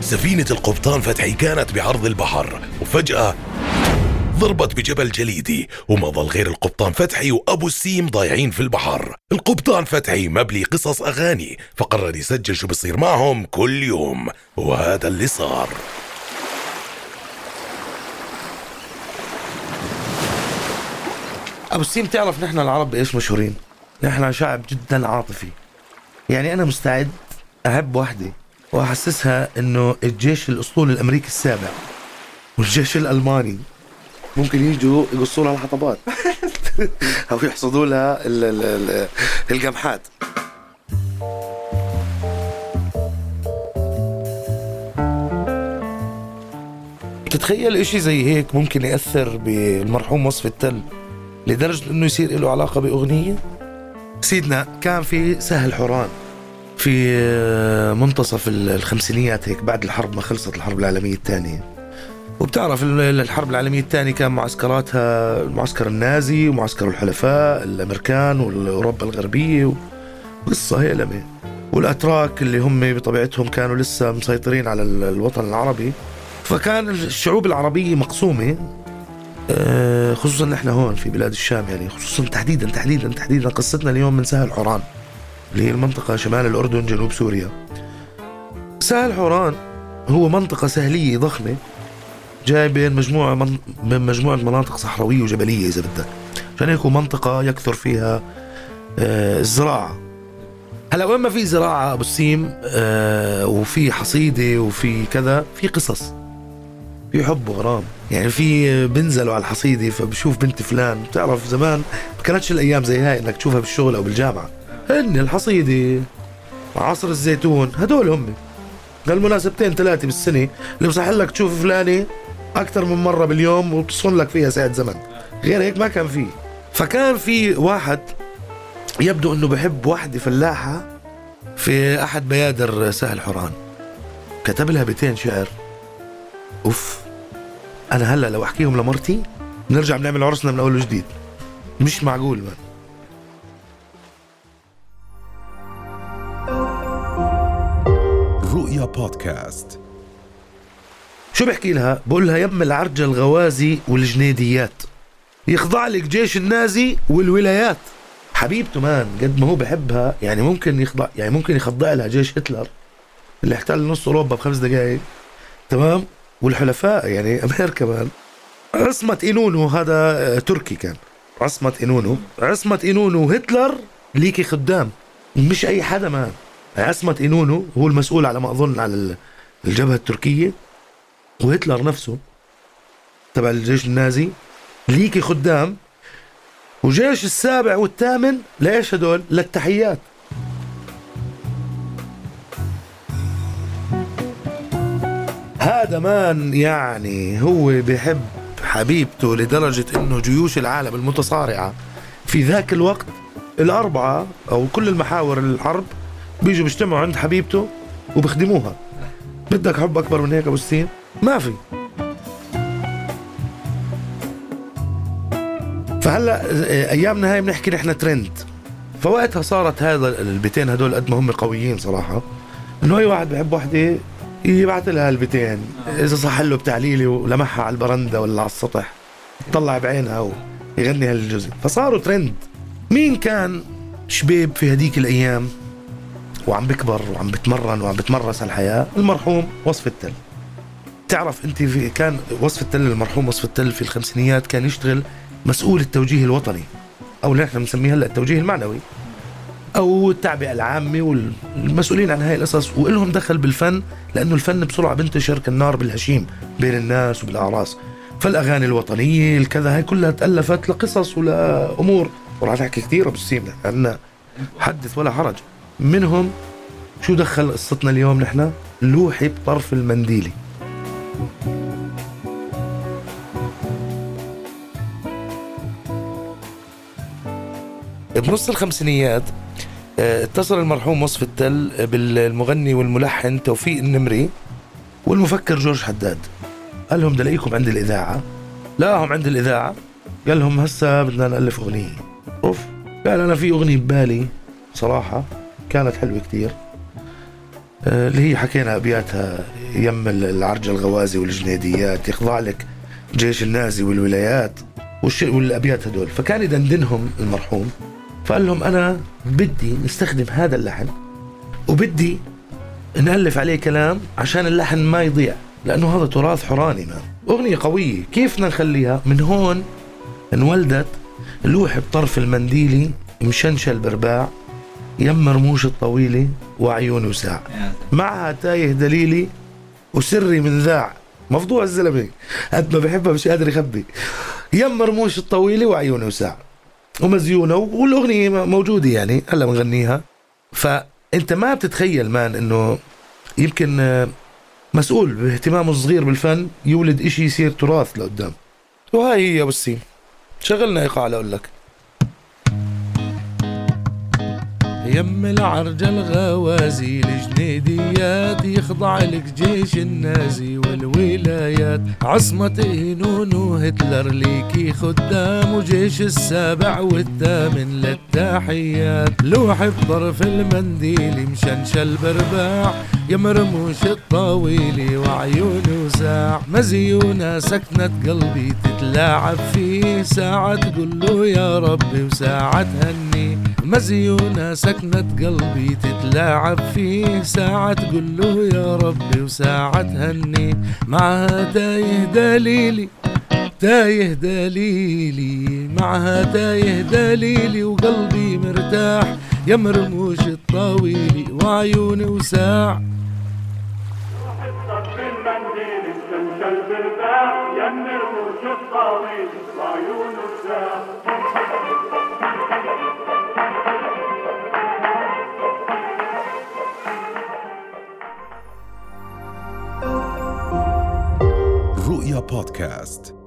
سفينة القبطان فتحي كانت بعرض البحر، وفجأة ضربت بجبل جليدي، وما ظل غير القبطان فتحي وأبو السيم ضايعين في البحر. القبطان فتحي مبلي قصص أغاني، فقرر يسجل شو بصير معهم كل يوم، وهذا اللي صار. أبو السيم، تعرف نحن العرب إيش مشهورين؟ نحن شعب جدا عاطفي. يعني أنا مستعد أحب واحدة وأحسسها إنه الجيش الأسطول الأمريكي السابع والجيش الألماني ممكن يجوا يقصوا لها الحطبات أو يحصدوا لها القمحات. تتخيل إشي زي هيك ممكن يأثر بالمرحوم وصف التل لدرجة إنه يصير له علاقة بأغنية؟ سيدنا كان في سهل حوران في منتصف الخمسينيات هيك، بعد الحرب ما خلصت الحرب العالمية الثانية. وبتعرف الحرب العالمية الثانية كان معسكراتها المعسكر النازي ومعسكر الحلفاء الأمريكان والأوروبا الغربية وقصة هيلمة، والأتراك اللي هم بطبيعتهم كانوا لسه مسيطرين على الوطن العربي. فكان الشعوب العربية مقسومة، خصوصا نحن هون في بلاد الشام، يعني خصوصا تحديدا قصتنا اليوم من سهل حوران اللي هي المنطقة شمال الأردن جنوب سوريا. سهل حوران هو منطقة سهلية ضخمة جاي بين مجموعة مناطق صحراوية وجبلية إذا بدك، عشان هيك منطقة يكثر فيها الزراعة. هلا وين ما في زراعة أبو السيم وفي حصيدة وفي كذا، في قصص، في حب وغرام. يعني في بنزلوا على الحصيدة فبشوف بنت فلان. بتعرف زمان ما كانتش الأيام زي هاي إنك تشوفها بالشغل أو بالجامعة. هن الحصيدة عصر الزيتون هدول هم المناسبتين 3 بالسنة اللي بصحل لك تشوف فلانة أكثر من مرة باليوم وتصون لك فيها ساعة زمن. غير هيك ما كان فيه. فكان في واحد يبدو أنه بحب واحدة فلاحة في أحد بيادر سهل حوران، كتب لها بيتين شعر. أوف، أنا هلأ لو أحكيهم لمرتي نرجع بنعمل عرسنا من أول وجديد. مش معقول man. رؤيا بودكاست. شو بحكي لها؟ بقول لها يم العرجة الغوازي والجنيديات يخضع لك جيش النازي والولايات. حبيبته مان قد ما هو بحبها، يعني ممكن يخضع لها جيش هتلر اللي احتل نص أوروبا ب5 دقائق، تمام؟ والحلفاء يعني أمريكا مان. عصمة إنونو هذا تركي كان، عصمة إنونو وهتلر ليكي خدام، مش أي حدا مان. عصمة إنونو هو المسؤول على ما أظن على الجبهة التركية، وهتلر نفسه تبع الجيش النازي ليكي خدام، وجيش السابع والثامن ليش هدول؟ للتحيات. هذا مان يعني هو بيحب حبيبته لدرجة انه جيوش العالم المتصارعة في ذاك الوقت الأربعة أو كل المحاور الحرب بيجوا بيجتمعوا عند حبيبته وبخدموها. بدك حب أكبر من هيك أبو السيم؟ ما في. فهلأ أيامنا هاي بنحكي نحن ترند. فوقتها صارت هذا البيتين هدول قد ما هم قويين صراحة، إنه أي واحد بحب واحدة يبعث لها البيتين، إذا صح له بتعليلي ولمحها على البرندة ولا على السطح يطلع بعينها ويغني هالجزء. فصاروا ترند. مين كان شبيب في هديك الأيام وعم بكبر وعم بتمرن وعم بتمرس على الحياة؟ المرحوم وصف التل. تعرف أنت كان وصف التل، المرحوم وصف التل في الخمسينيات كان يشتغل مسؤول التوجيه الوطني، أو اللي نحن بنسميه هلا التوجيه المعنوي أو التعبئة العامة، والمسؤولين عن هاي القصص وإلهم دخل بالفن، لأنه الفن بسرعة بنتشر كالنار بالهشيم بين الناس وبالأعراس. فالأغاني الوطنية الكذا هاي كلها تألفت لقصص ولأمور. وراح أحكي كثير أبو السيم لأن حدث ولا حرج. منهم شو دخل قصتنا اليوم نحن؟ لوحي بطرف المنديلي. بنص الخمسينيات اتصل المرحوم وصف التل بالمغني والملحن توفيق النمري والمفكر جورج حداد. قال لهم دلاقيكم عند الإذاعة. لاهم عند الإذاعة، قال لهم هسا بدنا نألف أغنية. أوف، قال أنا في أغنية ببالي صراحة كانت حلوة كتير، اللي هي حكينا أبياتها: يم العرج الغوازي والجنيديات، يخضع لك جيش النازي والولايات والأبيات هدول. فكان يدندنهم المرحوم، فقال لهم أنا بدي نستخدم هذا اللحن وبدي نألف عليه كلام عشان اللحن ما يضيع، لأنه هذا تراث حوراني، أغنية قوية. كيف بدنا نخليها؟ من هون انولدت لوح بطرف المنديلي مشنشل برباع، يم رموش الطويلة وعيوني وساع، معها تايه دليلي وسري من ذاع. مفضوع الزلمة قد ما بحبها مش قادر يخبي. يم رموش الطويلة وعيوني وساع ومزيونة، والأغنية موجودة يعني هلا بنغنيها. فأنت ما بتتخيل مان إنه يمكن مسؤول باهتمامه الصغير بالفن يولد إشي يصير تراث لقدام. وهاي هي يا بسيم، شغلنا إيقاع لأقول لك: يم العرج الغوازي الجنيديات، يخضع لك جيش النازي والولايات، عصمة نون وهتلر ليكي خدام، وجيش السابع والثامن للتحيات، لوح بطرف المنديل مشنشل برباع، يم رموش الطويل وعيون وساع، مزيونة سكنة قلبي تتلاعب فيه، ساعة تقول له يا ربي وساعة تهني، مزيونة سكنة قلبي تتلاعب فيه، ساعة تقول له يا ربي وساعة تهني، معها تايه دليلي تايه دليلي، معها تايه دليلي وقلبي مرتاح، يا مرموش الطويلي وعيوني وساع. رؤيا بودكاست.